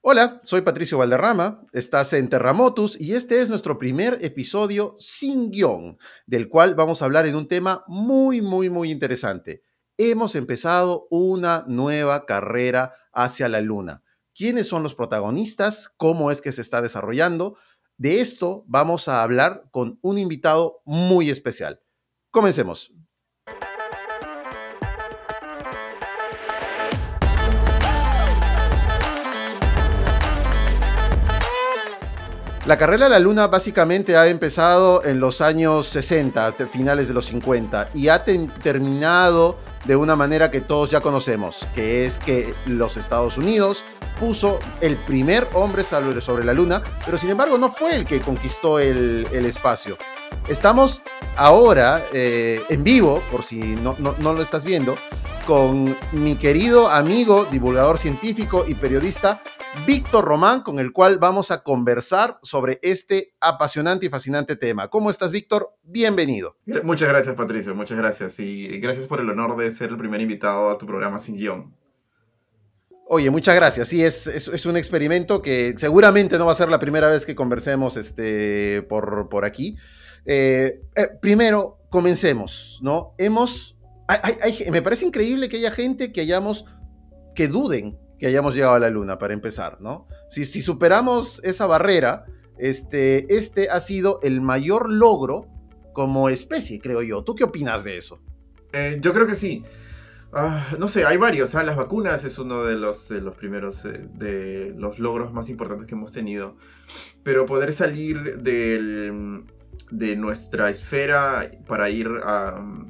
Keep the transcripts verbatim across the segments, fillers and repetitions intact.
Hola, soy Patricio Valderrama, estás en Terramotus y este es nuestro primer episodio sin guión, del cual vamos a hablar en un tema muy, muy, muy interesante. Hemos empezado una nueva carrera hacia la Luna. ¿Quiénes son los protagonistas? ¿Cómo es que se está desarrollando? De esto vamos a hablar con un invitado muy especial. Comencemos. La carrera a la Luna básicamente ha empezado en los años sesenta, finales de los cincuenta, y ha te terminado de una manera que todos ya conocemos, que es que los Estados Unidos puso el primer hombre sobre la Luna, pero sin embargo no fue el que conquistó el, el espacio. Estamos ahora eh, en vivo, por si no, no, no lo estás viendo, con mi querido amigo, divulgador científico y periodista, Víctor Román, con el cual vamos a conversar sobre este apasionante y fascinante tema. ¿Cómo estás, Víctor? Bienvenido. Muchas gracias, Patricio, muchas gracias. Y gracias por el honor de ser el primer invitado a tu programa Sin Guión. Oye, muchas gracias. Sí, es, es, es un experimento que seguramente no va a ser la primera vez que conversemos este, por, por aquí. Eh, eh, primero, comencemos, ¿no? Hemos... Hay, hay, me parece increíble que haya gente que hayamos... que duden que hayamos llegado a la Luna, para empezar, ¿no? Si, si superamos esa barrera, este, este ha sido el mayor logro como especie, creo yo. ¿Tú qué opinas de eso? Eh, yo creo que sí. Uh, no sé, hay varios. ¿eh? Las vacunas es uno de los, de los primeros, eh, de los logros más importantes que hemos tenido. Pero poder salir del, de nuestra esfera para ir a,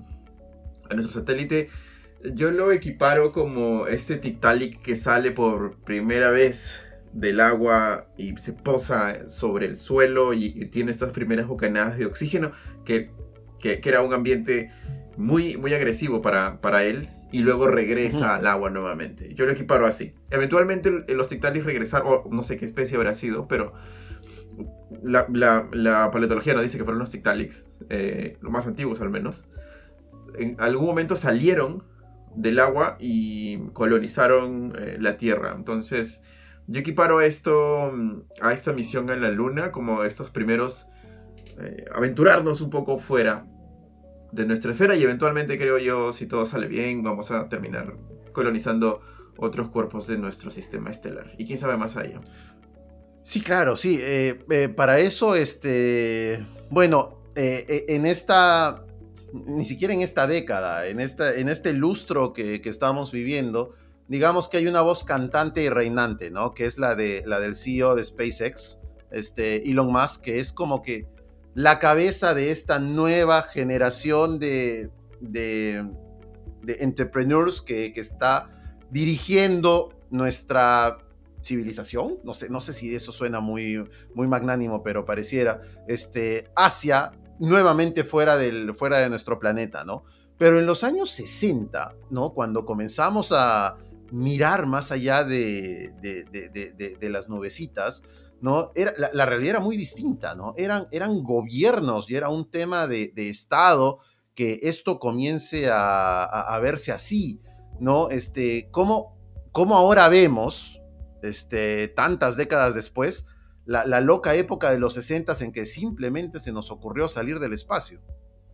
a nuestro satélite, yo lo equiparo como este Tiktaalik que sale por primera vez del agua y se posa sobre el suelo y, y tiene estas primeras bocanadas de oxígeno que, que, que era un ambiente muy, muy agresivo para, para él, y luego regresa uh-huh. al agua nuevamente. Yo lo equiparo así. Eventualmente los Tiktaalik regresaron, o no sé qué especie habrá sido, pero la, la, la paleontología nos dice que fueron los Tiktaaliks, eh, los más antiguos al menos. En algún momento salieron del agua y colonizaron eh, la Tierra. Entonces yo equiparo esto a esta misión en la Luna como estos primeros eh, aventurarnos un poco fuera de nuestra esfera, y eventualmente, creo yo, si todo sale bien, vamos a terminar colonizando otros cuerpos de nuestro sistema estelar, y quién sabe más allá. Sí, claro, sí. Eh, eh, para eso, este, bueno, eh, en esta ni siquiera en esta década, en, esta, en este lustro que, que estamos viviendo, digamos que hay una voz cantante y reinante, ¿no? Que es la, de, la del C E O de SpaceX, este, Elon Musk, que es como que la cabeza de esta nueva generación de, de, de entrepreneurs que, que está dirigiendo nuestra civilización, no sé, no sé si eso suena muy, muy magnánimo, pero pareciera, este, hacia nuevamente fuera, del, fuera de nuestro planeta, ¿no? Pero en los años sesenta, ¿no? Cuando comenzamos a mirar más allá de, de, de, de, de, de las nubecitas, ¿no? Era, la, la realidad era muy distinta, ¿no? Eran, eran gobiernos y era un tema de, de Estado que esto comience a, a, a verse así, ¿no? Este, ¿cómo, cómo ahora vemos, este, tantas décadas después, La, la loca época de los sesentas en que simplemente se nos ocurrió salir del espacio?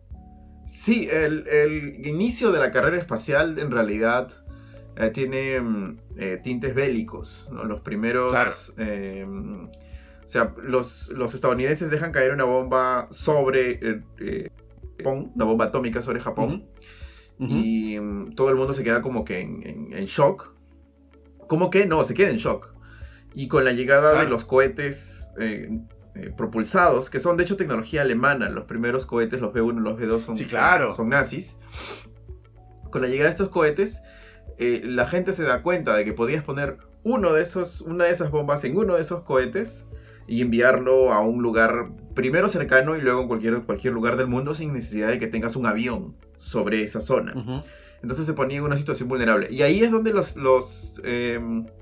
Sí, el, el inicio de la carrera espacial en realidad eh, tiene eh, tintes bélicos, ¿no? Los primeros... Claro. Eh, o sea, los, los estadounidenses dejan caer una bomba sobre eh, eh, Japón, una bomba atómica sobre Japón, uh-huh. Uh-huh. y um, todo el mundo se queda como que en, en, en shock. ¿Cómo que? No, se queda en shock. Y con la llegada claro. de los cohetes eh, eh, propulsados, que son de hecho tecnología alemana, los primeros cohetes, los B uno y los B dos son, sí, claro. son, son nazis. Con la llegada de estos cohetes, eh, la gente se da cuenta de que podías poner uno de esos, una de esas bombas en uno de esos cohetes y enviarlo a un lugar primero cercano y luego en cualquier, cualquier lugar del mundo sin necesidad de que tengas un avión sobre esa zona. Uh-huh. Entonces se ponía en una situación vulnerable. Y ahí es donde los... los eh,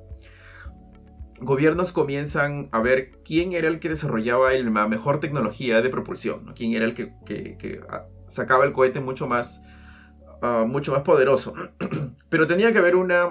gobiernos comienzan a ver quién era el que desarrollaba la mejor tecnología de propulsión, ¿no? Quién era el que, que, que sacaba el cohete mucho más, uh, mucho más poderoso. Pero tenía que haber una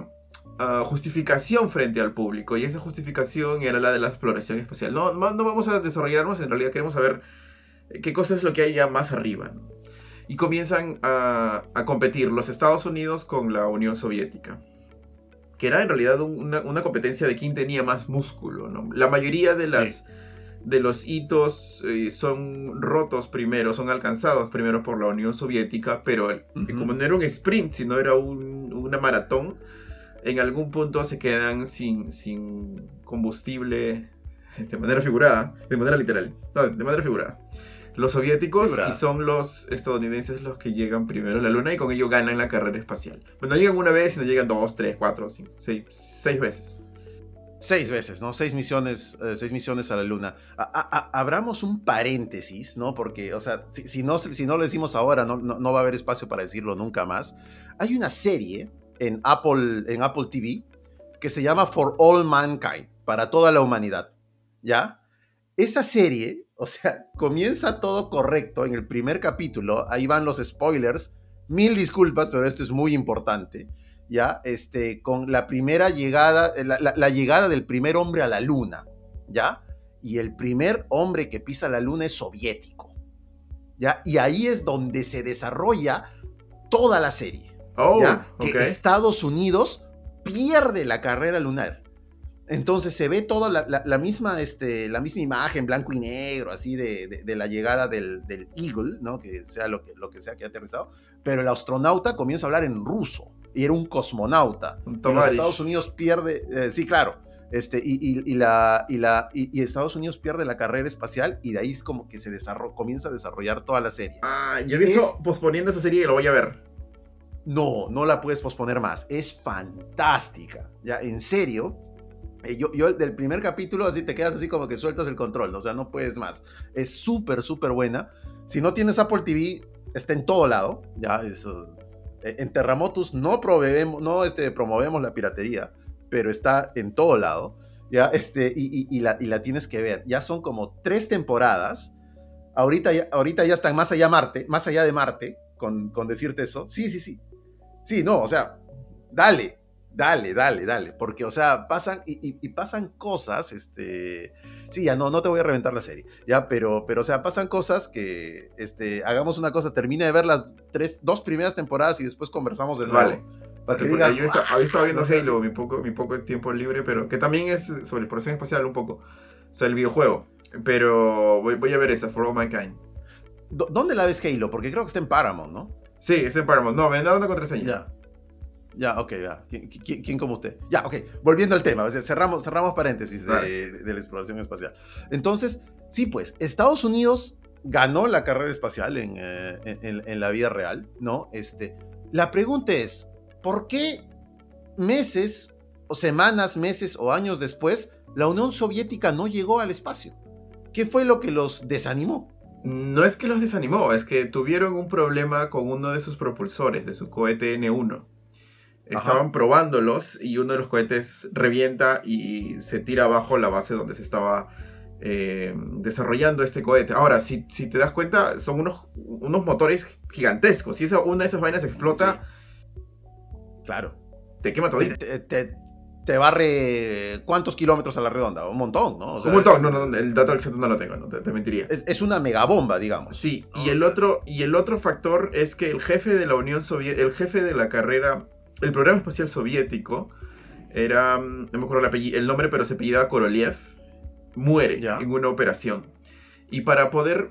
uh, justificación frente al público, y esa justificación era la de la exploración espacial. No, no, no vamos a desarrollarnos, en realidad queremos saber qué cosa es lo que hay ya más arriba, ¿no? Y comienzan a, a competir los Estados Unidos con la Unión Soviética, que era en realidad una, una competencia de quién tenía más músculo, ¿no? La mayoría de las... Sí. de los hitos eh, son rotos primero, son alcanzados primero por la Unión Soviética, pero uh-huh. como no era un sprint, sino era un, una maratón, en algún punto se quedan sin, sin combustible de manera figurada, de manera literal, no, de manera figurada. Los soviéticos figurada. Y son los estadounidenses los que llegan primero a la Luna y con ello ganan la carrera espacial. Pues no llegan una vez, sino llegan dos, tres, cuatro, cinco, seis, seis veces. Seis veces, ¿no? Seis misiones, eh, seis misiones a la Luna. A, a, a, abramos un paréntesis, ¿no? Porque, o sea, si, si, no, si no lo decimos ahora, no, no, no va a haber espacio para decirlo nunca más. Hay una serie en Apple, en Apple T V que se llama For All Mankind, para toda la humanidad, ¿ya? Esa serie, o sea, comienza todo correcto en el primer capítulo, ahí van los spoilers, mil disculpas, pero esto es muy importante. ¿Ya? Este, con la primera llegada, la, la, la llegada del primer hombre a la Luna, ¿ya? Y el primer hombre que pisa la Luna es soviético, ¿ya? Y ahí es donde se desarrolla toda la serie, oh, ¿ya? Okay. Que Estados Unidos pierde la carrera lunar. Entonces se ve toda la, la, la, misma, este, la misma imagen, blanco y negro, así de, de, de la llegada del, del Eagle, ¿no? Que sea lo que, lo que sea que haya aterrizado, pero el astronauta comienza a hablar en ruso, y era un cosmonauta. Un y los Estados Unidos pierde, eh, sí, claro, este, y, y, y, la, y, la, y, y Estados Unidos pierde la carrera espacial, y de ahí es como que se desarrolla, comienza a desarrollar toda la serie. Ah, yo he visto posponiendo esa serie y lo voy a ver. No, no la puedes posponer más, es fantástica, ya, en serio. Yo, yo del primer capítulo así te quedas así como que sueltas el control, ¿no? O sea, no puedes más. Es súper, súper buena. Si no tienes Apple T V, está en todo lado, ya, eso. En Terramotus no, proveemos, no este, promovemos la piratería, pero está en todo lado, ya, este, y, y, y, la, y la tienes que ver. Ya son como tres temporadas. Ahorita ya, ahorita ya están más allá, Marte, más allá de Marte, con, con decirte eso. Sí, sí, sí. Sí, no, o sea, dale. Dale, dale, dale, porque, o sea, pasan y, y, y pasan cosas, este, sí, ya no, no te voy a reventar la serie, ya, pero, pero, o sea, pasan cosas que, este, hagamos una cosa, termina de ver las tres, dos primeras temporadas y después conversamos de nuevo. Vale. Para que Porque digas, yo estaba, había estado viendo no sé Halo, si... mi poco, mi poco tiempo libre, pero que también es sobre exploración espacial un poco, o sea, el videojuego, pero voy, voy a ver esa, For All Mankind. ¿Dónde la ves Halo? Porque creo que está en Paramount, ¿no? Sí, está en Paramount, no, me han dado una contraseña. Ya. Ya, ok, ya. ¿Quién, quién, ¿Quién como usted? Ya, ok. Volviendo al tema, o sea, cerramos, cerramos paréntesis de, de, de la exploración espacial. Entonces, sí, pues, Estados Unidos ganó la carrera espacial en, eh, en, en la vida real, ¿no? Este, la pregunta es, ¿por qué meses o semanas, meses o años después la Unión Soviética no llegó al espacio? ¿Qué fue lo que los desanimó? No es que los desanimó, es que tuvieron un problema con uno de sus propulsores, de su cohete ene uno. Estaban Ajá. probándolos y uno de los cohetes revienta y se tira abajo la base donde se estaba eh, desarrollando este cohete. Ahora, si, si te das cuenta, son unos, unos motores gigantescos. Si esa, una de esas vainas explota, sí. Claro. Te quema todo. Te, te, te barre ¿cuántos kilómetros a la redonda? Un montón, ¿no? O sea, un montón, es, no, no, el dato exacto no lo tengo, no, te, te mentiría. Es, es una megabomba, digamos. Sí, y el, otro, y el otro factor es que el jefe de la Unión Soviética, el jefe de la carrera... El programa espacial soviético era, no me acuerdo el, el nombre, pero se apellidaba Korolev, muere ¿Ya? en una operación. Y para poder,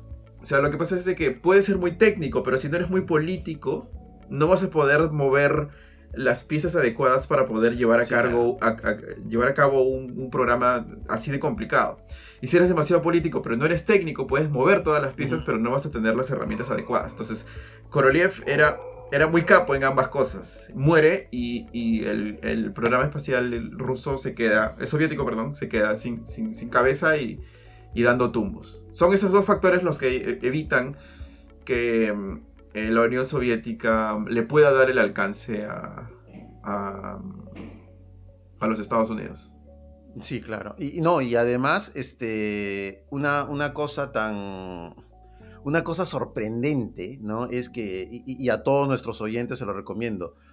o sea, lo que pasa es de que puede ser muy técnico, pero si no eres muy político, no vas a poder mover las piezas adecuadas para poder llevar a, sí, cargo, claro. a, a, llevar a cabo un, un programa así de complicado. Y si eres demasiado político, pero no eres técnico, puedes mover todas las piezas, uh-huh. pero no vas a tener las herramientas adecuadas. Entonces, Korolev era... Era muy capo en ambas cosas. Muere y, y el, el programa espacial ruso se queda, el soviético, perdón, se queda sin, sin, sin cabeza y, y dando tumbos. Son esos dos factores los que evitan que eh, la Unión Soviética le pueda dar el alcance a, a, a los Estados Unidos. Sí, claro. Y, y no, y además, este, una, una cosa tan... Una cosa sorprendente, ¿no? Es que, y, y a todos nuestros oyentes se lo recomiendo,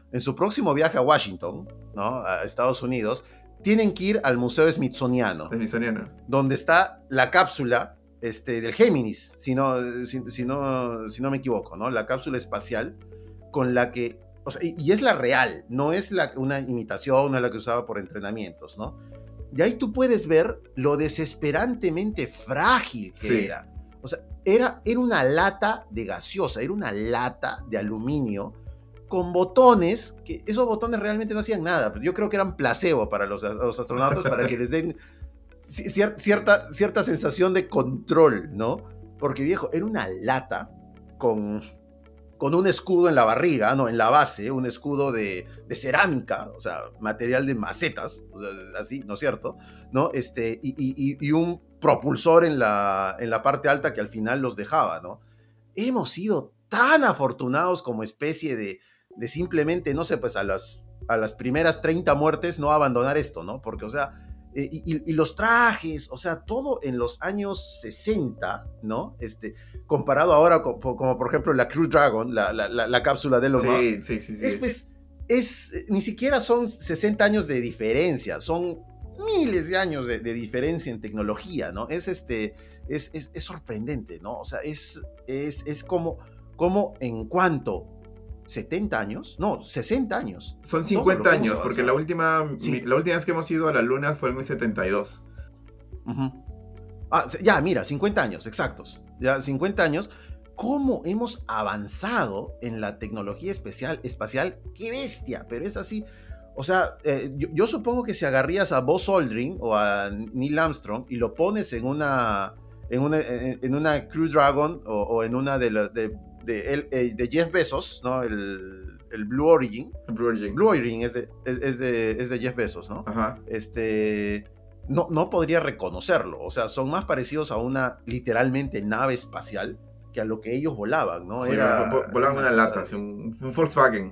en su próximo viaje a Washington, ¿no? A Estados Unidos, tienen que ir al Museo Smithsoniano. Smithsoniano. Donde está la cápsula este, del Géminis, si no, si, si, no, si no me equivoco, ¿no? La cápsula espacial con la que... O sea, y, y es la real, no es la, una imitación, no es la que usaba por entrenamientos, ¿no? Y ahí tú puedes ver lo desesperantemente frágil que sí. era. O sea, era, era una lata de gaseosa, era una lata de aluminio con botones, que esos botones realmente no hacían nada. Yo creo que eran placebo para los, los astronautas, para que les den cier, cierta, cierta sensación de control, ¿no? Porque, viejo, era una lata con, con un escudo en la barriga, no, en la base, un escudo de, de cerámica, o sea, material de macetas, o sea, así, ¿no es cierto? ¿No? Este, y, y, y un propulsor en la, en la parte alta que al final los dejaba, ¿no? Hemos sido tan afortunados como especie de de simplemente, no sé, pues a las, a las primeras treinta muertes no abandonar esto, ¿no? Porque, o sea, eh, y, y los trajes, o sea, todo en los años sesenta, ¿no? Este, comparado ahora con, como, por ejemplo, la Crew Dragon, la, la, la, la cápsula de Elon Musk. Sí, sí, sí, sí. Es, pues, es, ni siquiera son sesenta años de diferencia, son miles de años de, de diferencia en tecnología, ¿no? Es, este, es, es, es sorprendente, ¿no? O sea, es, es, es como, como en cuanto... setenta años, no, sesenta años. Son cincuenta años, porque la última, sí. mi, la última vez que hemos ido a la Luna fue en el setenta y dos. Uh-huh. Ah, ya, mira, cincuenta años, exactos. Ya, cincuenta años. ¿Cómo hemos avanzado en la tecnología especial, espacial? ¡Qué bestia! Pero es así. O sea, eh, yo, yo supongo que si agarrías a Buzz Aldrin o a Neil Armstrong y lo pones en una, en una, en, en una Crew Dragon o, o en una de las... De, De, el, de Jeff Bezos, ¿no? El, el Blue Origin. El Blue Origin. Blue Origin es de, es, es de, es de Jeff Bezos, ¿no? Ajá. Este, no, no podría reconocerlo. O sea, son más parecidos a una, literalmente, nave espacial que a lo que ellos volaban, ¿no? Sí, Era, volaban una, una lata, o un, un Volkswagen.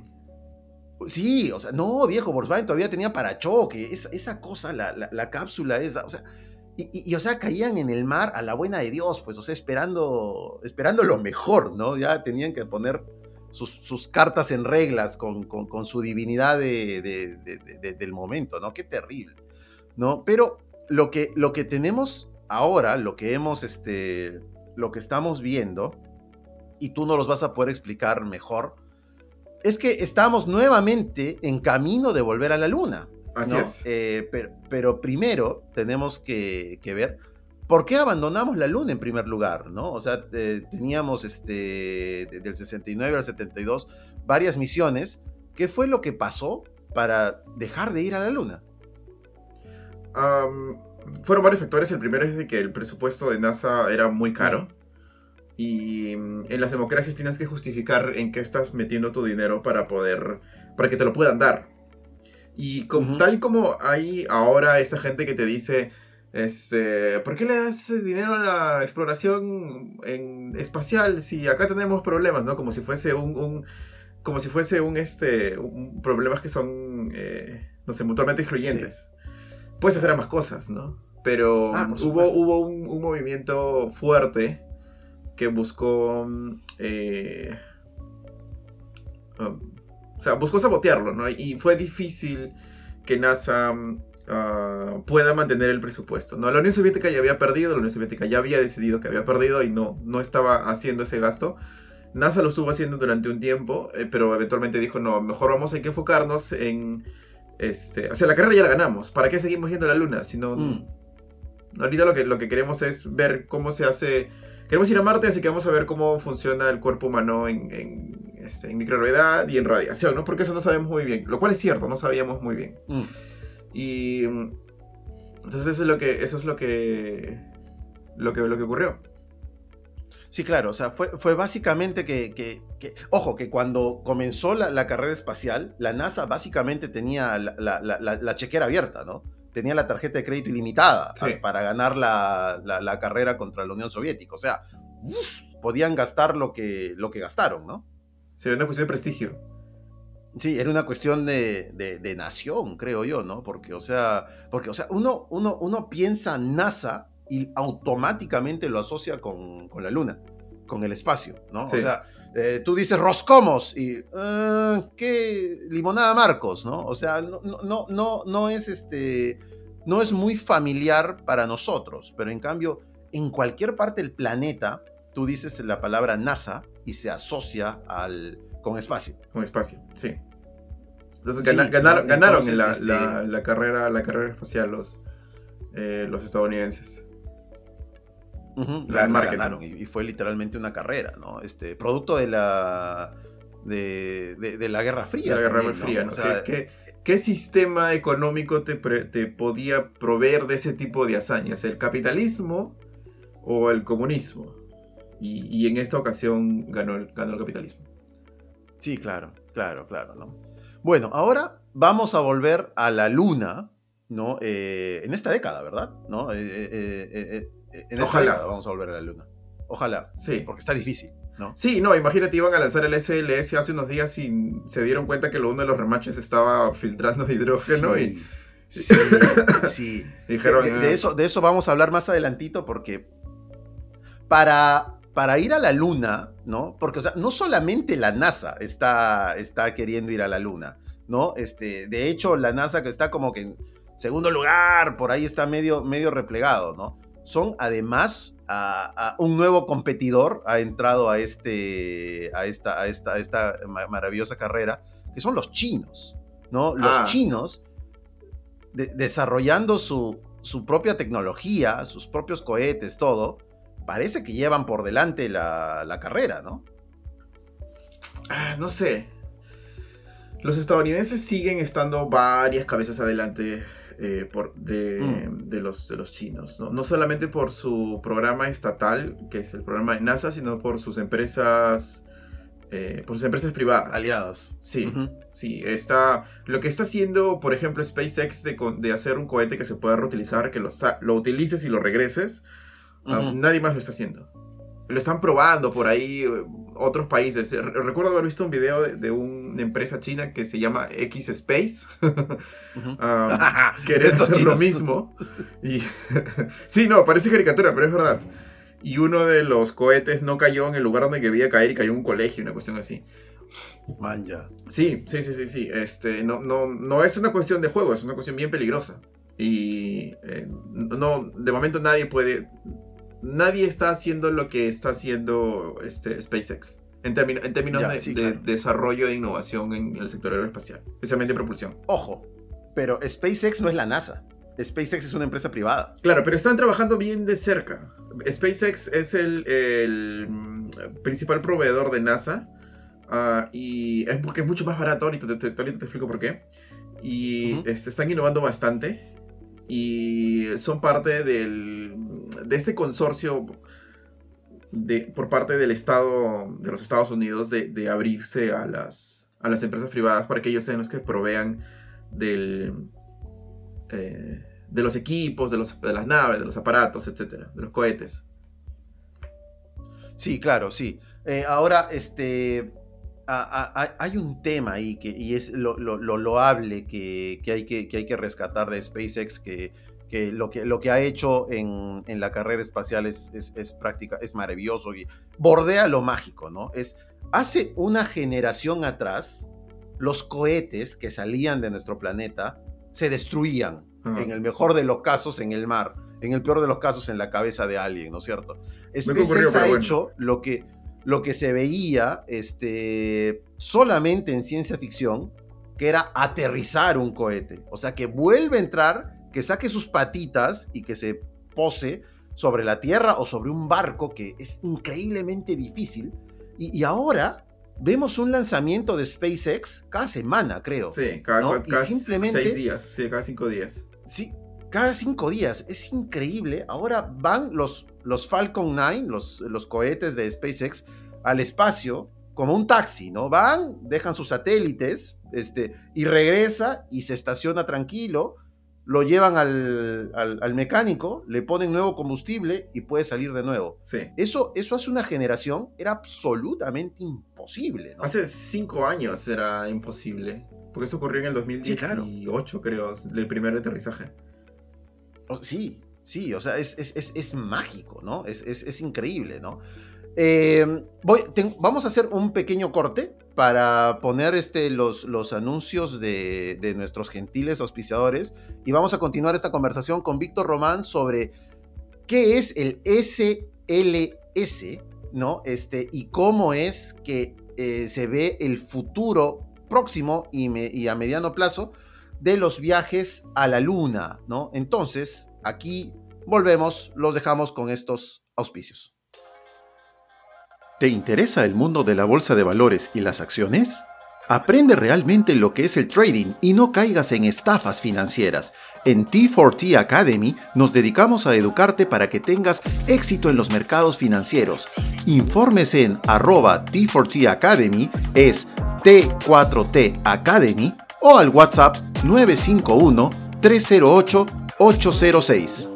Sí, o sea, no, viejo, Volkswagen todavía tenía parachoque. Esa, esa cosa, la, la, la cápsula esa, o sea... Y, y, y, o sea, caían en el mar a la buena de Dios, pues, o sea, esperando, esperando lo mejor, ¿no? Ya tenían que poner sus, sus cartas en reglas con, con, con su divinidad de, de, de, de, del momento, ¿no? Qué terrible, ¿no? Pero lo que, lo que tenemos ahora, lo que hemos, este, lo que estamos viendo, y tú nos los vas a poder explicar mejor, es que estamos nuevamente en camino de volver a la Luna. Así ¿no? es. Eh, pero, pero primero tenemos que, que ver por qué abandonamos la Luna en primer lugar, ¿no? O sea, eh, teníamos este, del sesenta y nueve al setenta y dos varias misiones. ¿Qué fue lo que pasó para dejar de ir a la Luna? Um, fueron varios factores. El primero es de que el presupuesto de NASA era muy caro. Y en las democracias tienes que justificar en qué estás metiendo tu dinero para poder, para que te lo puedan dar. Y con, uh-huh. tal como hay ahora esa gente que te dice, este, ¿por qué le das dinero a la exploración en espacial si acá tenemos problemas, ¿no? Como si fuese un, un como si fuese un, este, un problemas que son, eh, no sé, mutuamente excluyentes. Sí. Puedes hacer ambas cosas, ¿no? Pero ah, hubo, hubo un, un movimiento fuerte que buscó, eh, um, o sea, buscó sabotearlo, ¿no? Y fue difícil que NASA uh, pueda mantener el presupuesto, ¿no? La Unión Soviética ya había perdido, la Unión Soviética ya había decidido que había perdido y no, no estaba haciendo ese gasto. NASA lo estuvo haciendo durante un tiempo, eh, pero eventualmente dijo, no, mejor vamos, hay que enfocarnos en... Este, o sea, la carrera ya la ganamos, ¿para qué seguimos yendo a la Luna? Si no, mm. ahorita lo que, lo que queremos es ver cómo se hace... Queremos ir a Marte, así que vamos a ver cómo funciona el cuerpo humano en, en, este, en microgravedad y en radiación, ¿no? Porque eso no sabemos muy bien. Lo cual es cierto, no sabíamos muy bien. Mm. Y entonces eso es lo que, eso es lo que, lo que, lo que ocurrió. Sí, claro, o sea, fue, fue básicamente que, que, que... Ojo, que cuando comenzó la, la carrera espacial, la NASA básicamente tenía la, la, la, la chequera abierta, ¿no? Tenía la tarjeta de crédito ilimitada sí. para ganar la, la, la carrera contra la Unión Soviética. O sea, uf, podían gastar lo que, lo que gastaron, ¿no? Sí, era una cuestión de prestigio. Sí, era una cuestión de, de, de nación, creo yo, ¿no? Porque, o sea, porque, o sea uno, uno, uno piensa NASA y automáticamente lo asocia con, con la Luna, con el espacio, ¿no? Sí. O sea, Eh, tú dices Roscomos y uh, ¿qué? Limonada Marcos, ¿no? O sea, no, no, no, no es este, no es muy familiar para nosotros, pero en cambio, en cualquier parte del planeta, tú dices la palabra NASA y se asocia al, con espacio. Con espacio, sí. Entonces Sí, gana, ganaron, ¿no? ganaron Entonces, en la, este... la, la, carrera, la carrera espacial los, eh, los estadounidenses. Uh-huh, la, la ganaron y, y fue literalmente una carrera, ¿no? Este, producto de la de, de, de la Guerra Fría. De la Guerra también, Fría, ¿no? ¿no? O sea, ¿Qué, qué, ¿Qué sistema económico te, pre, te podía proveer de ese tipo de hazañas? ¿El capitalismo o el comunismo? Y, y en esta ocasión ganó el, ganó el capitalismo. Sí, claro, claro, claro, ¿no? Bueno, ahora vamos a volver a la Luna, ¿no? Eh, en esta década, ¿verdad? ¿No? Eh, eh, eh, eh, En esta Ojalá. década vamos a volver a la Luna. Ojalá. Sí. Porque está difícil, ¿no? Sí, no, imagínate, iban a lanzar el S L S hace unos días y se dieron cuenta que uno de los remaches estaba filtrando hidrógeno sí, y... Sí, sí. Dijeron, de, de, de, eso, de eso vamos a hablar más adelantito porque para, para ir a la Luna, ¿no? Porque, o sea, no solamente la NASA está, está queriendo ir a la Luna, ¿no? Este, de hecho, la NASA que está como que en segundo lugar, por ahí está medio, medio replegado, ¿no? Son además a, a un nuevo competidor ha entrado a, este, a, esta, a, esta, a esta maravillosa carrera, que son los chinos, ¿no? Los ah. chinos de, desarrollando su, su propia tecnología, sus propios cohetes, todo, parece que llevan por delante la, la carrera, ¿no? Ah, no sé. Los estadounidenses siguen estando varias cabezas adelante eh, por, de, mm. de, los, de los chinos, ¿no? No solamente por su programa estatal, que es el programa de NASA, sino por sus empresas, eh, por sus empresas privadas. Aliadas. Sí, uh-huh. sí. Está, lo que está haciendo, por ejemplo, SpaceX de, de hacer un cohete que se pueda reutilizar, que lo, lo utilices y lo regreses, uh-huh. uh, nadie más lo está haciendo. Lo están probando por ahí otros países. Recuerdo haber visto un video de, de una empresa china que se llama X Space. uh-huh. um, querer hacer lo mismo. Y sí, no, parece caricatura, pero es verdad. Y uno de los cohetes no cayó en el lugar donde debía caer y cayó en un colegio, una cuestión así. Man, ya. Sí, sí, sí, sí, sí. Este, no, no, no es una cuestión de juego, es una cuestión bien peligrosa. Y eh, no, de momento nadie puede... Nadie está haciendo lo que está haciendo este, SpaceX en, termi- en términos ya, de, sí, de claro. desarrollo e innovación en el sector aeroespacial, especialmente propulsión. Ojo, pero SpaceX no es la NASA. SpaceX es una empresa privada. Claro, pero están trabajando bien de cerca. SpaceX es el, el principal proveedor de NASA uh, y es porque es mucho más barato. Ahorita te, te, te, te explico por qué. Y uh-huh. este, están innovando bastante. Y son parte del, de este consorcio de, por parte del Estado de los Estados Unidos de, de abrirse a las, a las empresas privadas para que ellos sean los que provean del, eh, de los equipos, de, los, de las naves, de los aparatos, etcétera, de los cohetes. Sí, claro, sí. Eh, ahora, este... A, a, hay un tema ahí que, y es lo, lo, lo loable que, que, hay que, que hay que rescatar de SpaceX, que, que, lo, que lo que ha hecho en, en la carrera espacial es, es, es práctica, es maravilloso y bordea lo mágico, ¿no? Es, hace una generación atrás, los cohetes que salían de nuestro planeta se destruían, uh-huh. en el mejor de los casos en el mar, en el peor de los casos en la cabeza de alguien, ¿no es cierto? SpaceX ocurrió, ha bueno. hecho lo que... lo que se veía este, solamente en ciencia ficción, que era aterrizar un cohete. O sea, que vuelve a entrar, que saque sus patitas y que se pose sobre la Tierra o sobre un barco, que es increíblemente difícil. Y, y ahora vemos un lanzamiento de SpaceX cada semana, creo. Sí, cada, ¿no? cada y simplemente, seis días, sí, cada cinco días. Sí, cada cinco días. Es increíble. Ahora van los... los Falcon nueve, los, los cohetes de SpaceX, al espacio como un taxi, ¿no? Van, dejan sus satélites, este, y regresa y se estaciona tranquilo, lo llevan al, al, al mecánico, le ponen nuevo combustible y puede salir de nuevo. Sí. Eso, eso hace una generación era absolutamente imposible, ¿no? Hace cinco años era imposible, porque eso ocurrió en el dos mil dieciocho, sí, claro. creo, el primer aterrizaje. Sí, sí, o sea, es, es, es, es mágico, ¿no? Es, es, es increíble, ¿no? Eh, voy, te, vamos a hacer un pequeño corte para poner este, los, los anuncios de, de nuestros gentiles auspiciadores y vamos a continuar esta conversación con Víctor Román sobre qué es el S L S, ¿no? Este, y cómo es que eh, se ve el futuro próximo y, me, y a mediano plazo de los viajes a la luna, ¿no? Entonces, aquí volvemos, los dejamos con estos auspicios. ¿Te interesa el mundo de la bolsa de valores y las acciones? Aprende realmente lo que es el trading y no caigas en estafas financieras. En T cuatro T Academy nos dedicamos a educarte para que tengas éxito en los mercados financieros. Informes en arroba T cuatro T Academy, es T cuatro T Academy, o al WhatsApp nueve cinco uno, tres cero ocho, ocho cero seis.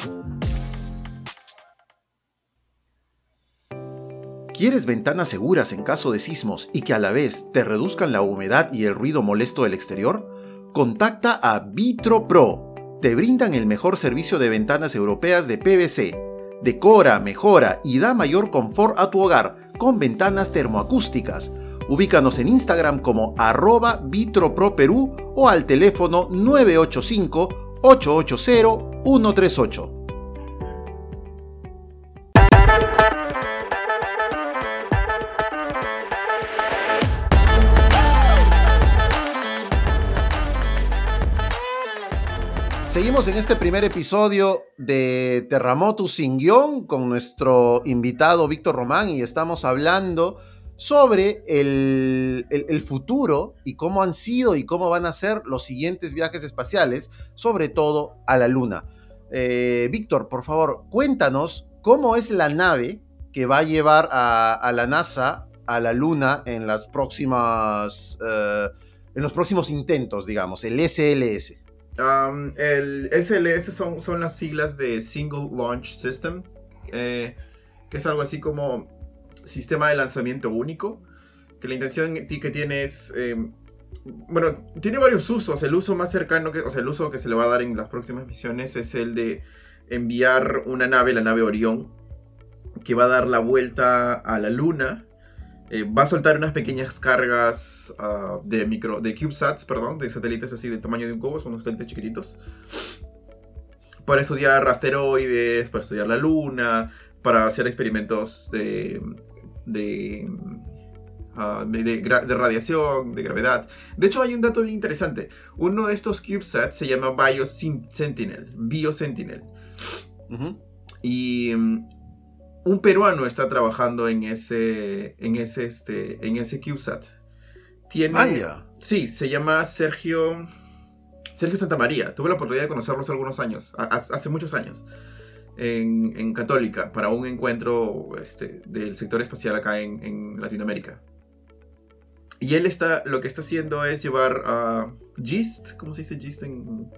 ¿Quieres ventanas seguras en caso de sismos y que a la vez te reduzcan la humedad y el ruido molesto del exterior? Contacta a VitroPro. Te brindan el mejor servicio de ventanas europeas de P V C. Decora, mejora y da mayor confort a tu hogar con ventanas termoacústicas. Ubícanos en Instagram como arroba VitroProPerú o al teléfono nueve ocho cinco, ocho ocho cero, uno tres ocho. Seguimos en este primer episodio de Terremoto sin guión con nuestro invitado Víctor Román y estamos hablando sobre el, el, el futuro y cómo han sido y cómo van a ser los siguientes viajes espaciales, sobre todo a la Luna. Eh, Víctor, por favor, cuéntanos cómo es la nave que va a llevar a, a la NASA a la Luna en las próximas, uh, en los próximos intentos, digamos, el S L S. Um, el S L S son, son las siglas de Single Launch System, eh, que es algo así como sistema de lanzamiento único, que la intención que tiene es, eh, bueno, tiene varios usos. El uso más cercano, que, o sea, el uso que se le va a dar en las próximas misiones es el de enviar una nave, la nave Orión, que va a dar la vuelta a la Luna. Eh, va a soltar unas pequeñas cargas uh, de micro, de CubeSats, perdón, de satélites así del tamaño de un cubo, son unos satélites chiquititos, para estudiar asteroides, para estudiar la Luna, para hacer experimentos de, de, uh, de, de, de radiación, de gravedad. De hecho, hay un dato bien interesante. Uno de estos CubeSats se llama BioSentinel, BioSentinel. Uh-huh. Y un peruano está trabajando en ese, en ese, este, en ese CubeSat. Tiene, Vaya. Sí, se llama Sergio, Sergio Santamaría. Tuve la oportunidad de conocerlo hace algunos años, hace muchos años, en, en Católica, para un encuentro este, del sector espacial acá en, en Latinoamérica. Y él está, lo que está haciendo es llevar a uh, GIST, ¿cómo se dice GIST en...?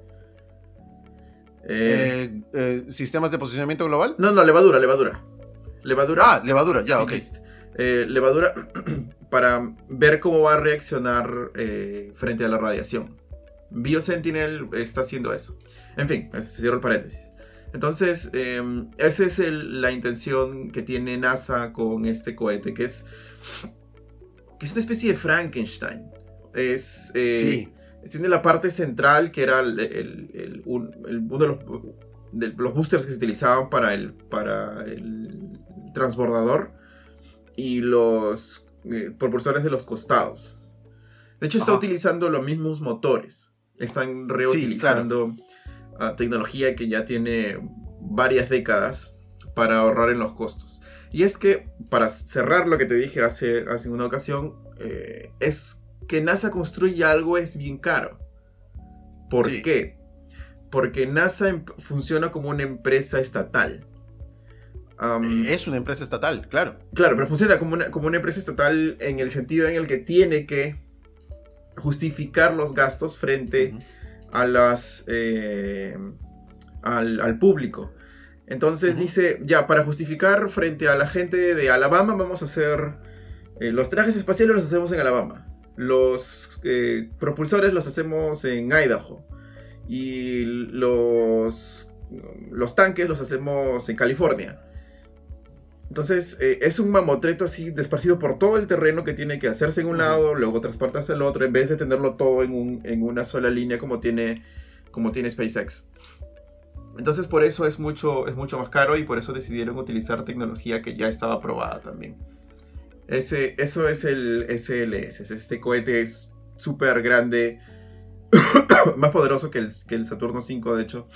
Eh, eh, ¿Sistemas de posicionamiento global? No, no, levadura, levadura. Levadura. Ah, levadura, ya, sí, ok. Eh, levadura para ver cómo va a reaccionar eh, frente a la radiación. BioSentinel está haciendo eso. En fin, se cierra el paréntesis. Entonces, eh, esa es el, la intención que tiene NASA con este cohete, que es, que es una especie de Frankenstein. Es, eh, sí. Tiene la parte central, que era el, el, el, un, el, uno de los, de los boosters que se utilizaban para el, para el transbordador, y los eh, propulsores de los costados. De hecho, está Ajá. utilizando los mismos motores. Están reutilizando sí, claro. uh, tecnología que ya tiene varias décadas para ahorrar en los costos. Y es que, para cerrar lo que te dije hace, hace una ocasión, eh, es que NASA construye algo es bien caro. ¿Por sí. qué? Porque NASA em- funciona como una empresa estatal. Um, es una empresa estatal, claro. Claro, pero funciona como una, como una empresa estatal en el sentido en el que tiene que justificar los gastos frente uh-huh. a las, eh, al, al público. Entonces uh-huh. dice, ya, para justificar frente a la gente de Alabama vamos a hacer... Eh, los trajes espaciales los hacemos en Alabama. Los eh, propulsores los hacemos en Idaho. Y los, los tanques los hacemos en California. Entonces, eh, es un mamotreto así desparcido por todo el terreno que tiene que hacerse en un lado, luego transportarse al otro, en vez de tenerlo todo en, un, en una sola línea como tiene, como tiene SpaceX. Entonces, por eso es mucho, es mucho más caro y por eso decidieron utilizar tecnología que ya estaba aprobada también. Ese, eso es el S L S, es este cohete súper grande, más poderoso que el, que el Saturno cinco, de hecho.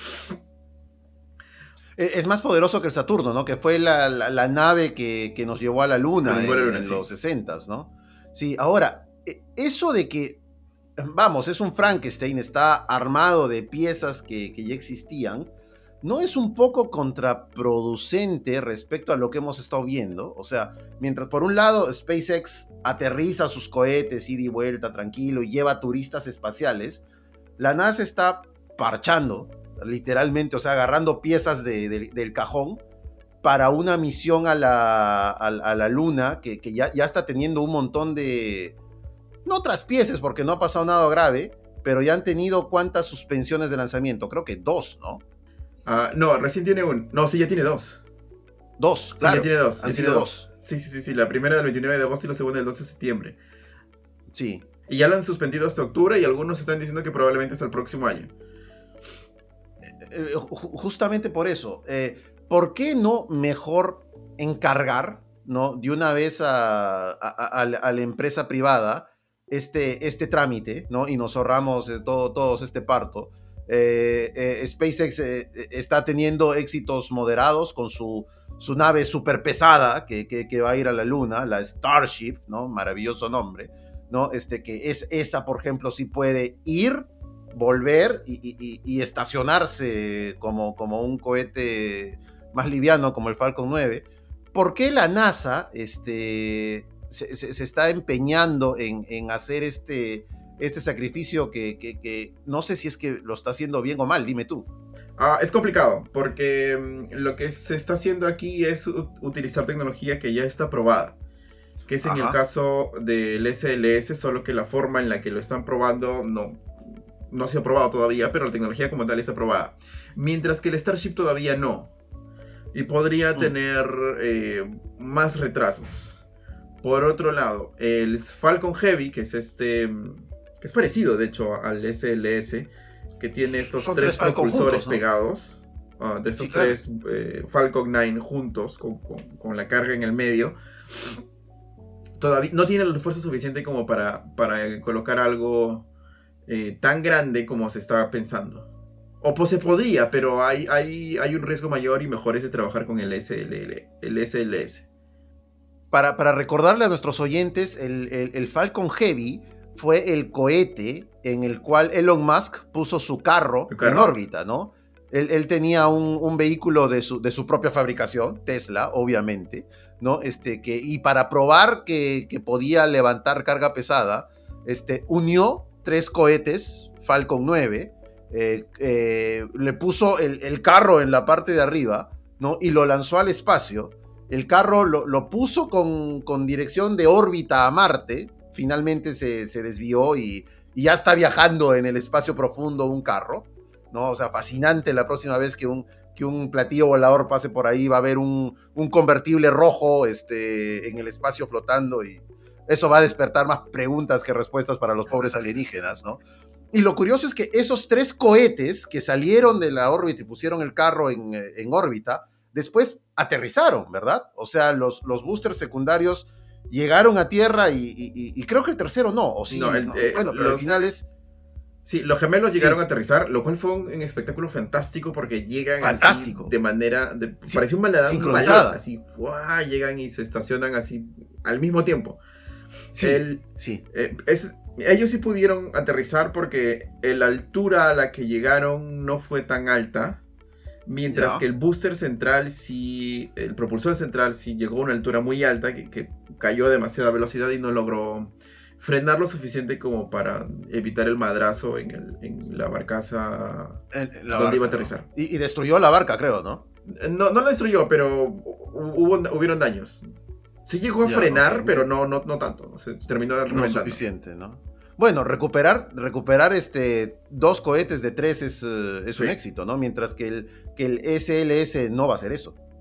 Es más poderoso que el Saturno, ¿no? Que fue la, la, la nave que, que nos llevó a la Luna en, luna, en sí. los sesentas, ¿no? Sí, ahora, eso de que, vamos, es un Frankenstein, está armado de piezas que, que ya existían, ¿no es un poco contraproducente respecto a lo que hemos estado viendo? O sea, mientras por un lado SpaceX aterriza sus cohetes, ida y vuelta, tranquilo, y lleva turistas espaciales, la NASA está parchando, literalmente, o sea, agarrando piezas de, de, del cajón para una misión a la, a, a la Luna que, que ya, ya está teniendo un montón de, no traspieces porque no ha pasado nada grave, pero ya han tenido cuántas suspensiones de lanzamiento, creo que dos, ¿no? Uh, no, recién tiene un, no, sí, ya tiene dos. Dos, sí, claro. Ya tiene dos. Han ya sido tiene dos. dos. Sí, sí, sí, sí, la primera del veintinueve de agosto y la segunda del doce de septiembre. Sí. Y ya la han suspendido hasta octubre y algunos están diciendo que probablemente hasta el próximo año. Eh, justamente por eso, eh, ¿por qué no mejor encargar, ¿no? de una vez a, a, a, a la empresa privada este, este trámite, ¿no? y nos ahorramos todo, todos este parto? Eh, eh, SpaceX eh, está teniendo éxitos moderados con su, su nave súper pesada que, que, que va a ir a la Luna, la Starship, ¿no? Maravilloso nombre, ¿no? Este, que es esa, por ejemplo, sí puede ir, volver y, y, y estacionarse como, como un cohete más liviano como el Falcon nueve. ¿Por qué la NASA este, se, se, se está empeñando en, en hacer este, este sacrificio que, que, que no sé si es que lo está haciendo bien o mal? Dime tú. Ah, es complicado porque um, lo que se está haciendo aquí es utilizar tecnología que ya está probada, que es en Ajá. el caso del S L S, solo que la forma en la que lo están probando no... no se ha probado todavía, pero la tecnología como tal está probada. Mientras que el Starship todavía no. Y podría mm. tener eh, más retrasos. Por otro lado, el Falcon Heavy, que es este... que es parecido, de hecho, al S L S, que tiene estos Son tres, tres propulsores juntos, ¿no? pegados. Uh, de estos sí, claro. tres eh, Falcon nueve juntos, con, con, con la carga en el medio. Todavía no tiene el refuerzo suficiente como para, para colocar algo... Eh, tan grande como se estaba pensando. O pues se podría, pero hay, hay, hay un riesgo mayor y mejor es el trabajar con el S L L, el S L S. Para, para recordarle a nuestros oyentes, el, el, el Falcon Heavy fue el cohete en el cual Elon Musk puso su carro, ¿Tu carro? en órbita, ¿no? Él, él tenía un, un vehículo de su, de su propia fabricación, Tesla, obviamente, ¿no? Este, que, y para probar que, que podía levantar carga pesada, este, unió tres cohetes Falcon nueve, eh, eh, le puso el, el carro en la parte de arriba, ¿no? Y lo lanzó al espacio. El carro lo, lo puso con, con dirección de órbita a Marte, finalmente se, se desvió y, y ya está viajando en el espacio profundo un carro, ¿no? O sea, fascinante. La próxima vez que un, que un platillo volador pase por ahí va a haber un, un convertible rojo este, en el espacio flotando y eso va a despertar más preguntas que respuestas para los pobres alienígenas, ¿no? Y lo curioso es que esos tres cohetes que salieron de la órbita y pusieron el carro en, en órbita, después aterrizaron, ¿verdad? O sea, los, los boosters secundarios llegaron a Tierra y, y, y creo que el tercero no, o sí. No, el, ¿no? Eh, bueno, pero los... al final es... Sí, los gemelos llegaron sí. a aterrizar, lo cual fue un, un espectáculo fantástico porque llegan fantástico. así de manera... De, sí. Parecía un balón sincronizada. Así, ¡guau! Llegan y se estacionan así al mismo tiempo. Sí, el, sí. Eh, es, ellos sí pudieron aterrizar porque la altura a la que llegaron no fue tan alta, mientras no. que el booster central sí, el propulsor central sí llegó a una altura muy alta que, que cayó a demasiada velocidad y no logró frenar lo suficiente como para evitar el madrazo en, el, en la barcaza en la donde barca, iba a aterrizar. ¿no? Y, y destruyó la barca, creo, ¿no? No, no la destruyó, pero hubo, hubieron daños. Sí llegó a ya, frenar, okay, pero no, no, no tanto. O sea, terminó reventando. No suficiente, ¿no? Bueno, recuperar, recuperar este, dos cohetes de tres es, uh, es sí. un éxito, ¿no? Mientras que el, que el S L S no va a hacer eso.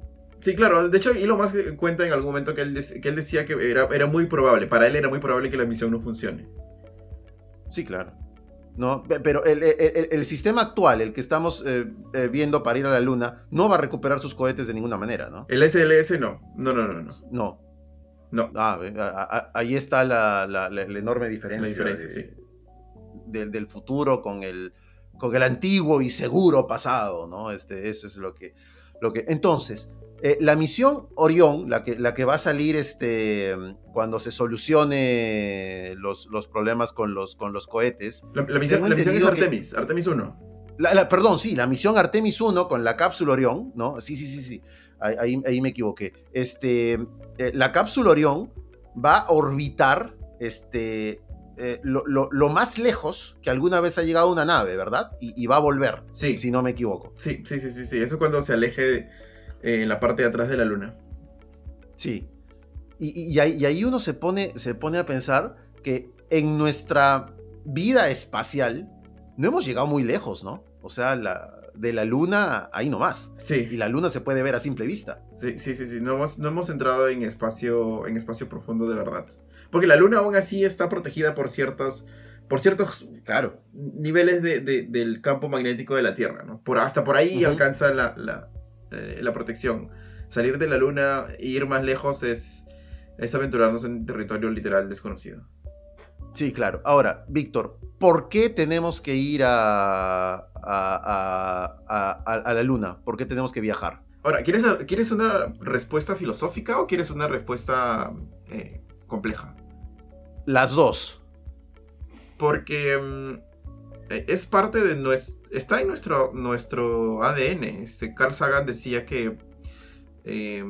Sí, claro. De hecho, Elon Musk cuenta en algún momento que él, de- que él decía que era, era muy probable, para él era muy probable que la misión no funcione. Sí, claro. ¿No? Pe- Pero el, el- el- el sistema actual, el que estamos eh, eh, viendo para ir a la Luna, no va a recuperar sus cohetes de ninguna manera, ¿no? El S L S no. No, no, no, no. No. No, Ah, ve, a- a- ahí está la, la- la- la enorme diferencia, la diferencia, de- sí. del- del futuro con el, con el antiguo y seguro pasado, ¿no? Este, eso es lo que... Lo que... Entonces, eh, la misión Orión, la que, la que va a salir este, cuando se solucione los, los problemas con los, con los cohetes, La, la misión, tengo la misión es entendido que- Artemis, Artemis uno. La, la- perdón, sí, la misión Artemis uno con la cápsula Orión, ¿no? Sí, sí, sí, sí. Ahí, ahí, ahí me equivoqué. Este, eh, la cápsula Orión va a orbitar este, eh, lo, lo- lo más lejos que alguna vez ha llegado una nave, ¿verdad? Y, y va a volver, Sí. si no me equivoco. Sí, sí, sí, sí, sí. Eso es cuando se aleje eh, en la parte de atrás de la luna. Sí. Y, y- y ahí, y ahí uno se pone, se pone a pensar que en nuestra vida espacial no hemos llegado muy lejos, ¿no? O sea, la, de la luna ahí nomás. Y Sí, la luna se puede ver a simple vista. sí, sí, sí, sí. No hemos, no hemos entrado en espacio, en espacio profundo de verdad. Porque la luna aún así está protegida por ciertos, por ciertos Claro. niveles de, de- del campo magnético de la Tierra, ¿no? Por, hasta por ahí Ujú. alcanza la, la, eh, la protección. Salir de la luna e ir más lejos es, es aventurarnos en territorio literal desconocido. Sí, claro. Ahora, Víctor, ¿por qué tenemos que ir a, a, a- a- a- a la luna? ¿Por qué tenemos que viajar? Ahora, ¿quieres, ¿quieres una respuesta filosófica o quieres una respuesta eh, compleja? Las dos. Porque mm, eh, es parte de nuestro... Está en nuestro, nuestro A D N. Este, Carl Sagan decía que eh,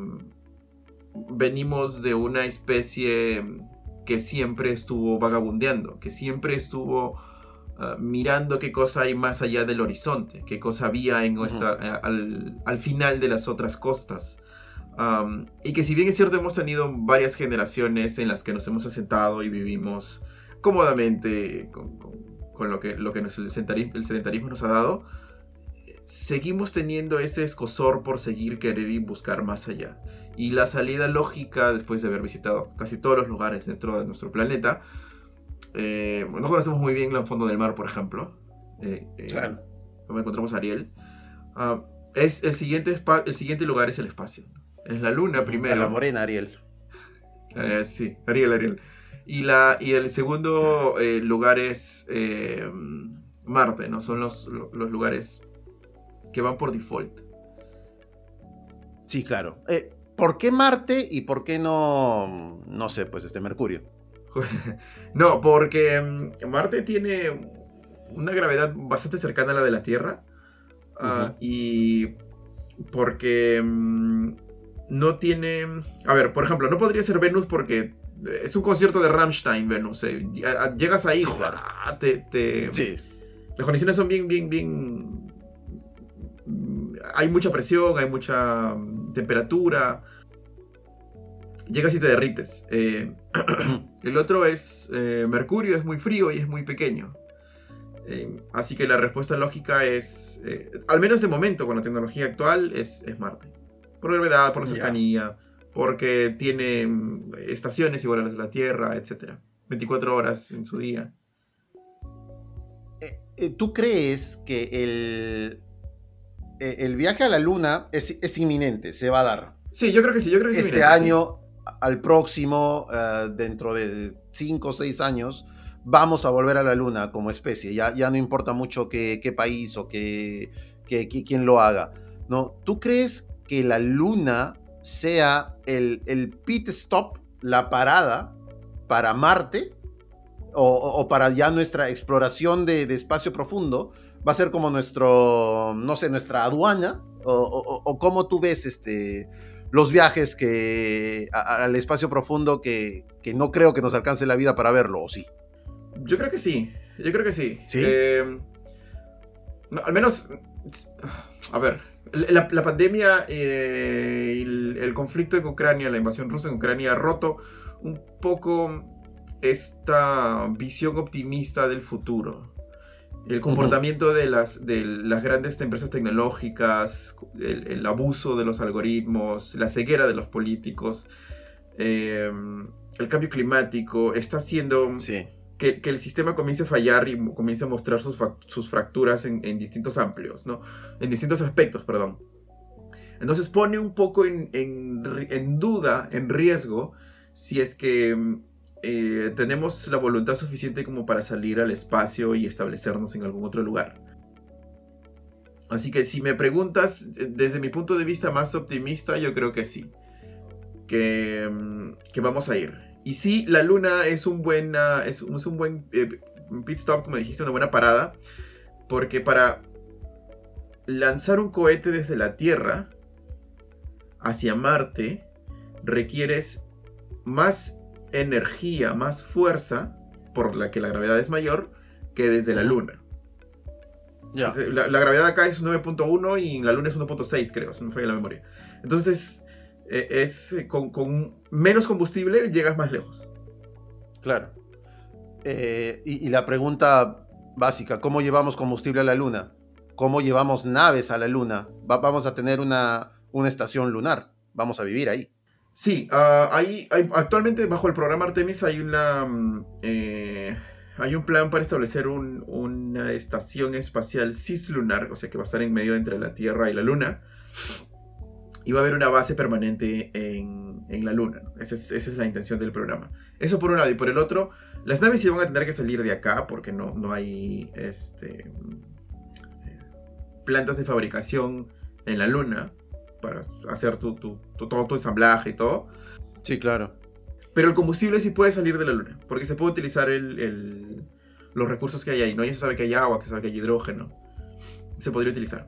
venimos de una especie que siempre estuvo vagabundeando, que siempre estuvo uh, mirando qué cosa hay más allá del horizonte, qué cosa había en nuestra, uh-huh. al, al final de las otras costas. Um, y que si bien es cierto hemos tenido varias generaciones en las que nos hemos asentado y vivimos cómodamente con, con, con lo que, lo que nos, el, sedentarismo, el sedentarismo nos ha dado, seguimos teniendo ese escozor por seguir querer y buscar más allá. Y la salida lógica, después de haber visitado casi todos los lugares dentro de nuestro planeta, eh, no conocemos muy bien el fondo del mar, por ejemplo. Eh, eh, claro. Donde encontramos a Ariel. Uh, es el, siguiente el siguiente lugar es el espacio. Es la luna primero. La morena, Ariel. Eh, sí, Ariel, Ariel. Y, la, y el segundo eh, lugar es eh, Marte, ¿no? Son los, los lugares que van por default. Sí, claro. Eh, ¿Por qué Marte y por qué no, no sé, pues este Mercurio? No, porque um, Marte tiene una gravedad bastante cercana a la de la Tierra. Uh, uh-huh. Y porque um, no tiene... A ver, por ejemplo, no podría ser Venus porque es un concierto de Rammstein, Venus. Eh. Llegas ahí, sí, claro. te, te... Sí. Las condiciones son bien, bien, bien... Hay mucha presión, hay mucha temperatura. Llegas y te derrites. Eh, el otro es eh, Mercurio, es muy frío y es muy pequeño. Eh, así que la respuesta lógica es, eh, al menos de momento con la tecnología actual, es, es Marte. Por gravedad, por la cercanía, yeah. porque tiene estaciones igual a las de la Tierra, etcétera. veinticuatro horas en su día. ¿Tú crees que el, el viaje a la Luna es, es inminente, se va a dar? Sí, yo creo que sí, yo creo que es este inminente, año, sí. Al próximo, uh, dentro de cinco o seis años, vamos a volver a la Luna como especie. Ya, ya no importa mucho qué, qué país o qué, qué, qué, quién lo haga, ¿no? ¿Tú crees que la Luna sea el, el pit stop, la parada para Marte? O, o para ya nuestra exploración de, de espacio profundo, va a ser como nuestro, no sé, nuestra aduana, o, o, o cómo tú ves este, los viajes que, a, al espacio profundo que, que no creo que nos alcance la vida para verlo, ¿o sí? Yo creo que sí, yo creo que sí. ¿Sí? Eh, no, al menos, a ver, la, la pandemia, eh, el, el conflicto en Ucrania, la invasión rusa en Ucrania ha roto un poco esta visión optimista del futuro. el comportamiento uh-huh. de, las, de las grandes empresas tecnológicas, el, el abuso de los algoritmos, la ceguera de los políticos, eh, el cambio climático, está haciendo sí. que, que el sistema comience a fallar y comience a mostrar sus, sus fracturas en, en distintos amplios, ¿no? En distintos aspectos, perdón. Entonces pone un poco en, en, en duda, en riesgo, si es que eh, tenemos la voluntad suficiente como para salir al espacio y establecernos en algún otro lugar. Así que si me preguntas, desde mi punto de vista más optimista, yo creo que sí. Que, que vamos a ir. Y sí, la Luna es un buen, uh, es, es un buen eh, pit stop, como dijiste, una buena parada. Porque para lanzar un cohete desde la Tierra hacia Marte requieres más energía, más fuerza, por la que la gravedad es mayor, que desde la Luna. Yeah. La, la gravedad acá es nueve punto uno y en la Luna es uno punto seis, creo, si no me falla la memoria. Entonces, eh, es con, con menos combustible llegas más lejos. Claro. Eh, y, y la pregunta básica, ¿cómo llevamos combustible a la Luna? ¿Cómo llevamos naves a la Luna? Va, vamos a tener una, una estación lunar. Vamos a vivir ahí. Sí, uh, hay, hay, actualmente bajo el programa Artemis hay una eh, hay un plan para establecer un, una estación espacial cislunar, o sea que va a estar en medio entre la Tierra y la Luna, y va a haber una base permanente en, en la Luna. Esa es, esa es la intención del programa. Eso por un lado, y por el otro, las naves sí van a tener que salir de acá porque no, no hay este, plantas de fabricación en la Luna para hacer tu, tu, tu, todo tu ensamblaje y todo. Sí, claro. Pero el combustible sí puede salir de la Luna, porque se puede utilizar el, el, los recursos que hay ahí, ¿no? Ya se sabe que hay agua, que se sabe que hay hidrógeno. Se podría utilizar.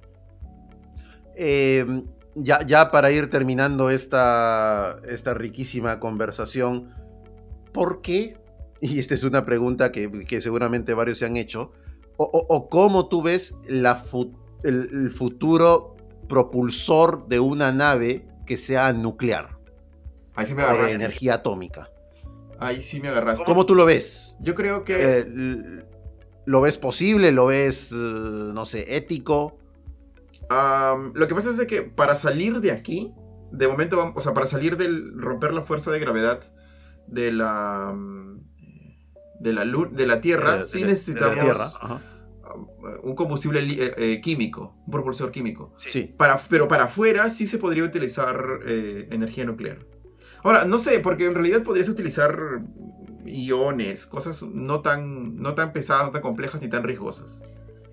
Eh, ya, ya para ir terminando esta, esta riquísima conversación, ¿por qué? Y esta es una pregunta que, que seguramente varios se han hecho. O, o, o ¿cómo tú ves la fu- el, el futuro propulsor de una nave que sea nuclear? Ahí sí me agarraste. O de energía atómica. Ahí sí me agarraste. ¿Cómo tú lo ves? Yo creo que... Eh, ¿Lo ves posible? ¿Lo ves, uh, no sé, ético? Um, lo que pasa es de que para salir de aquí, de momento, o sea, para salir del... romper la fuerza de gravedad de la... de la, luz, de la Tierra, de, sí de, necesitamos... De la tierra. Ajá. Un combustible eh, eh, químico, un propulsor químico. Sí. Para, pero para afuera sí se podría utilizar eh, energía nuclear. Ahora, no sé, porque en realidad podrías utilizar iones, cosas no tan, no tan pesadas, no tan complejas ni tan riesgosas.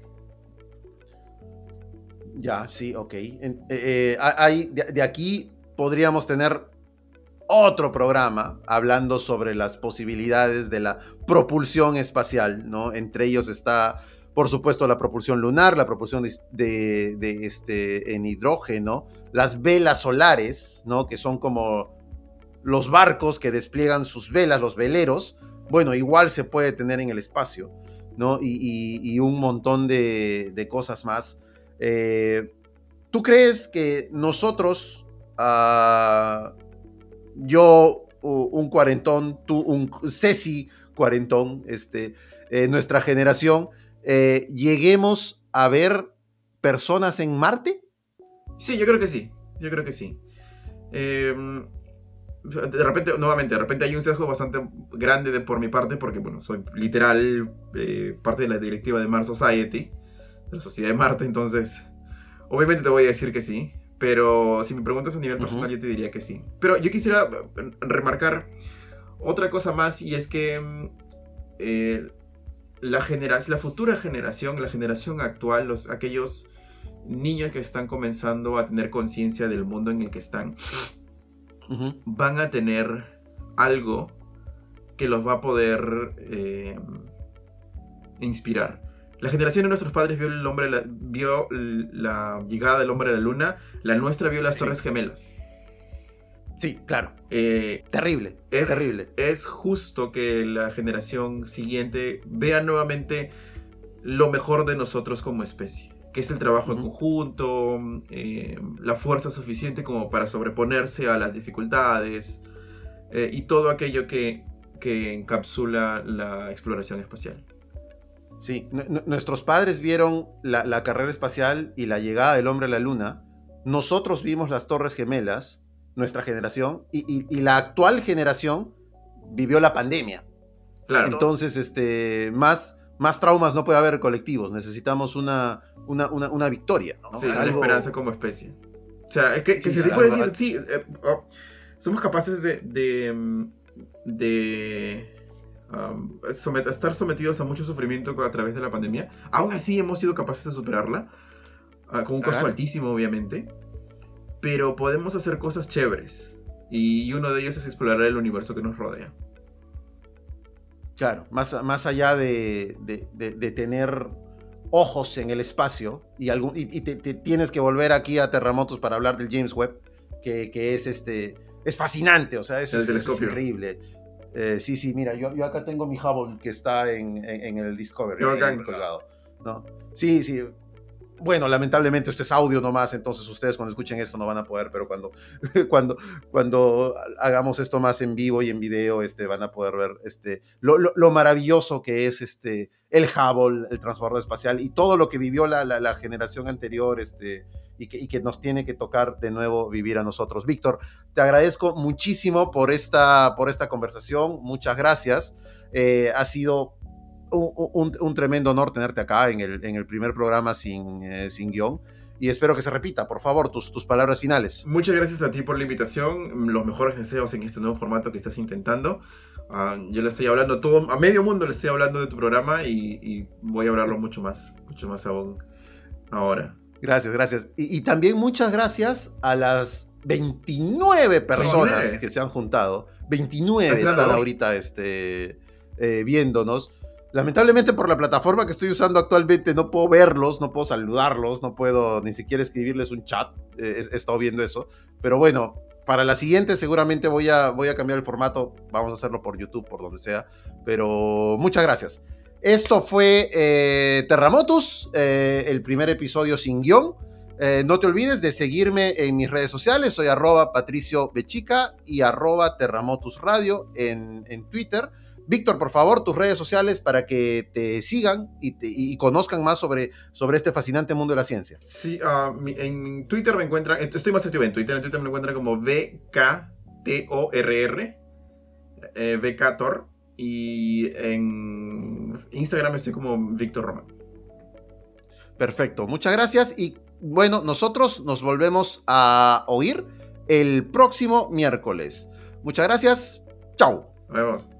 Ya, sí, ok. Eh, eh, hay, de, de aquí podríamos tener otro programa hablando sobre las posibilidades de la propulsión espacial, ¿no? Entre ellos está, por supuesto, la propulsión lunar, la propulsión de, de, de este, en hidrógeno, las velas solares, ¿no? Que son como los barcos que despliegan sus velas, los veleros. Bueno, igual se puede tener en el espacio, ¿no? Y, y, y un montón de, de cosas más. Eh, ¿Tú crees que nosotros, uh, yo uh, un cuarentón, tú un Ceci cuarentón, este, eh, nuestra generación, eh, lleguemos a ver personas en Marte? Sí, yo creo que sí, yo creo que sí. Eh, de repente, nuevamente, de repente hay un sesgo bastante grande de, por mi parte, porque bueno, soy literal eh, parte de la directiva de Mars Society, de la Sociedad de Marte, entonces obviamente te voy a decir que sí, pero si me preguntas a nivel personal, uh-huh, yo te diría que sí. Pero yo quisiera remarcar otra cosa más, y es que eh, la, genera- la futura generación, la generación actual, los, aquellos niños que están comenzando a tener conciencia del mundo en el que están, uh-huh, van a tener algo que los va a poder eh, inspirar. La generación de nuestros padres vio, el hombre, la, vio la llegada del hombre a la luna, la nuestra vio las sí. Torres Gemelas. Sí, claro. Eh, terrible, es, terrible. Es justo que la generación siguiente vea nuevamente lo mejor de nosotros como especie, que es el trabajo uh-huh. en conjunto, eh, la fuerza suficiente como para sobreponerse a las dificultades eh, y todo aquello que, que encapsula la exploración espacial. Sí, N- nuestros padres vieron la, la carrera espacial y la llegada del hombre a la luna. Nosotros vimos las Torres Gemelas, nuestra generación, y, y, y la actual generación vivió la pandemia. Claro. Entonces, este, más, más traumas no puede haber colectivos. Necesitamos una, una, una, una victoria, ¿no? Sí, O sea, una algo... esperanza como especie. O sea, es que, que Sí, se sí, puede algo- decir, sí, eh, oh, somos capaces de, de, mm, de um, somet- estar sometidos a mucho sufrimiento a través de la pandemia. Aún así hemos sido capaces de superarla, uh, con un costo Claro. altísimo, obviamente. Pero podemos hacer cosas chéveres. Y uno de ellos es explorar el universo que nos rodea. Claro, más, más allá de, de, de, de tener ojos en el espacio y, algún, y, y te, te tienes que volver aquí a Terremotos para hablar del James Webb, que, que es, este, es fascinante, o sea, eso, El es, eso es telescopio. increíble. Eh, sí, sí, mira, yo, yo acá tengo mi Hubble que está en, en, en el Discovery, Qué bacán. ahí colgado, ¿no? Sí, sí. Bueno, lamentablemente esto es audio nomás, entonces ustedes cuando escuchen esto no van a poder, pero cuando, cuando, cuando hagamos esto más en vivo y en video, este, van a poder ver este, lo, lo, lo maravilloso que es este, el Hubble, el transbordador espacial y todo lo que vivió la, la, la generación anterior, este, y, que, y que nos tiene que tocar de nuevo vivir a nosotros. Víctor, te agradezco muchísimo por esta, por esta conversación, muchas gracias. Eh, ha sido Un, un, un tremendo honor tenerte acá en el, en el primer programa sin, eh, sin guión y espero que se repita. Por favor, tus, tus palabras finales. Muchas gracias a ti por la invitación, los mejores deseos en este nuevo formato que estás intentando. Uh, yo le estoy hablando todo, a medio mundo le estoy hablando de tu programa y, y voy a hablarlo mucho más, mucho más aún ahora. Gracias, gracias. Y, y también muchas gracias a las veintinueve personas veintinueve que se han juntado. veintinueve están ahorita este, eh, viéndonos. Lamentablemente por la plataforma que estoy usando actualmente no puedo verlos, no puedo saludarlos, no puedo ni siquiera escribirles un chat, eh, he, he estado viendo eso, pero bueno, para la siguiente seguramente voy a, voy a cambiar el formato, vamos a hacerlo por YouTube, por donde sea, pero muchas gracias. Esto fue eh, Terremotos, eh, el primer episodio sin guión. Eh, no te olvides de seguirme en mis redes sociales, soy arroba Patricio Bechica y arroba Terremotus Radio en, en Twitter. Víctor, por favor, tus redes sociales para que te sigan y, te, y conozcan más sobre, sobre este fascinante mundo de la ciencia. Sí, uh, mi, en Twitter me encuentran, estoy más activo en Twitter, en Twitter me encuentran como V K T O R R, eh, VKTor, y en Instagram estoy como Víctor Román. Perfecto, muchas gracias y bueno, nosotros nos volvemos a oír el próximo miércoles. Muchas gracias, chao. Nos vemos.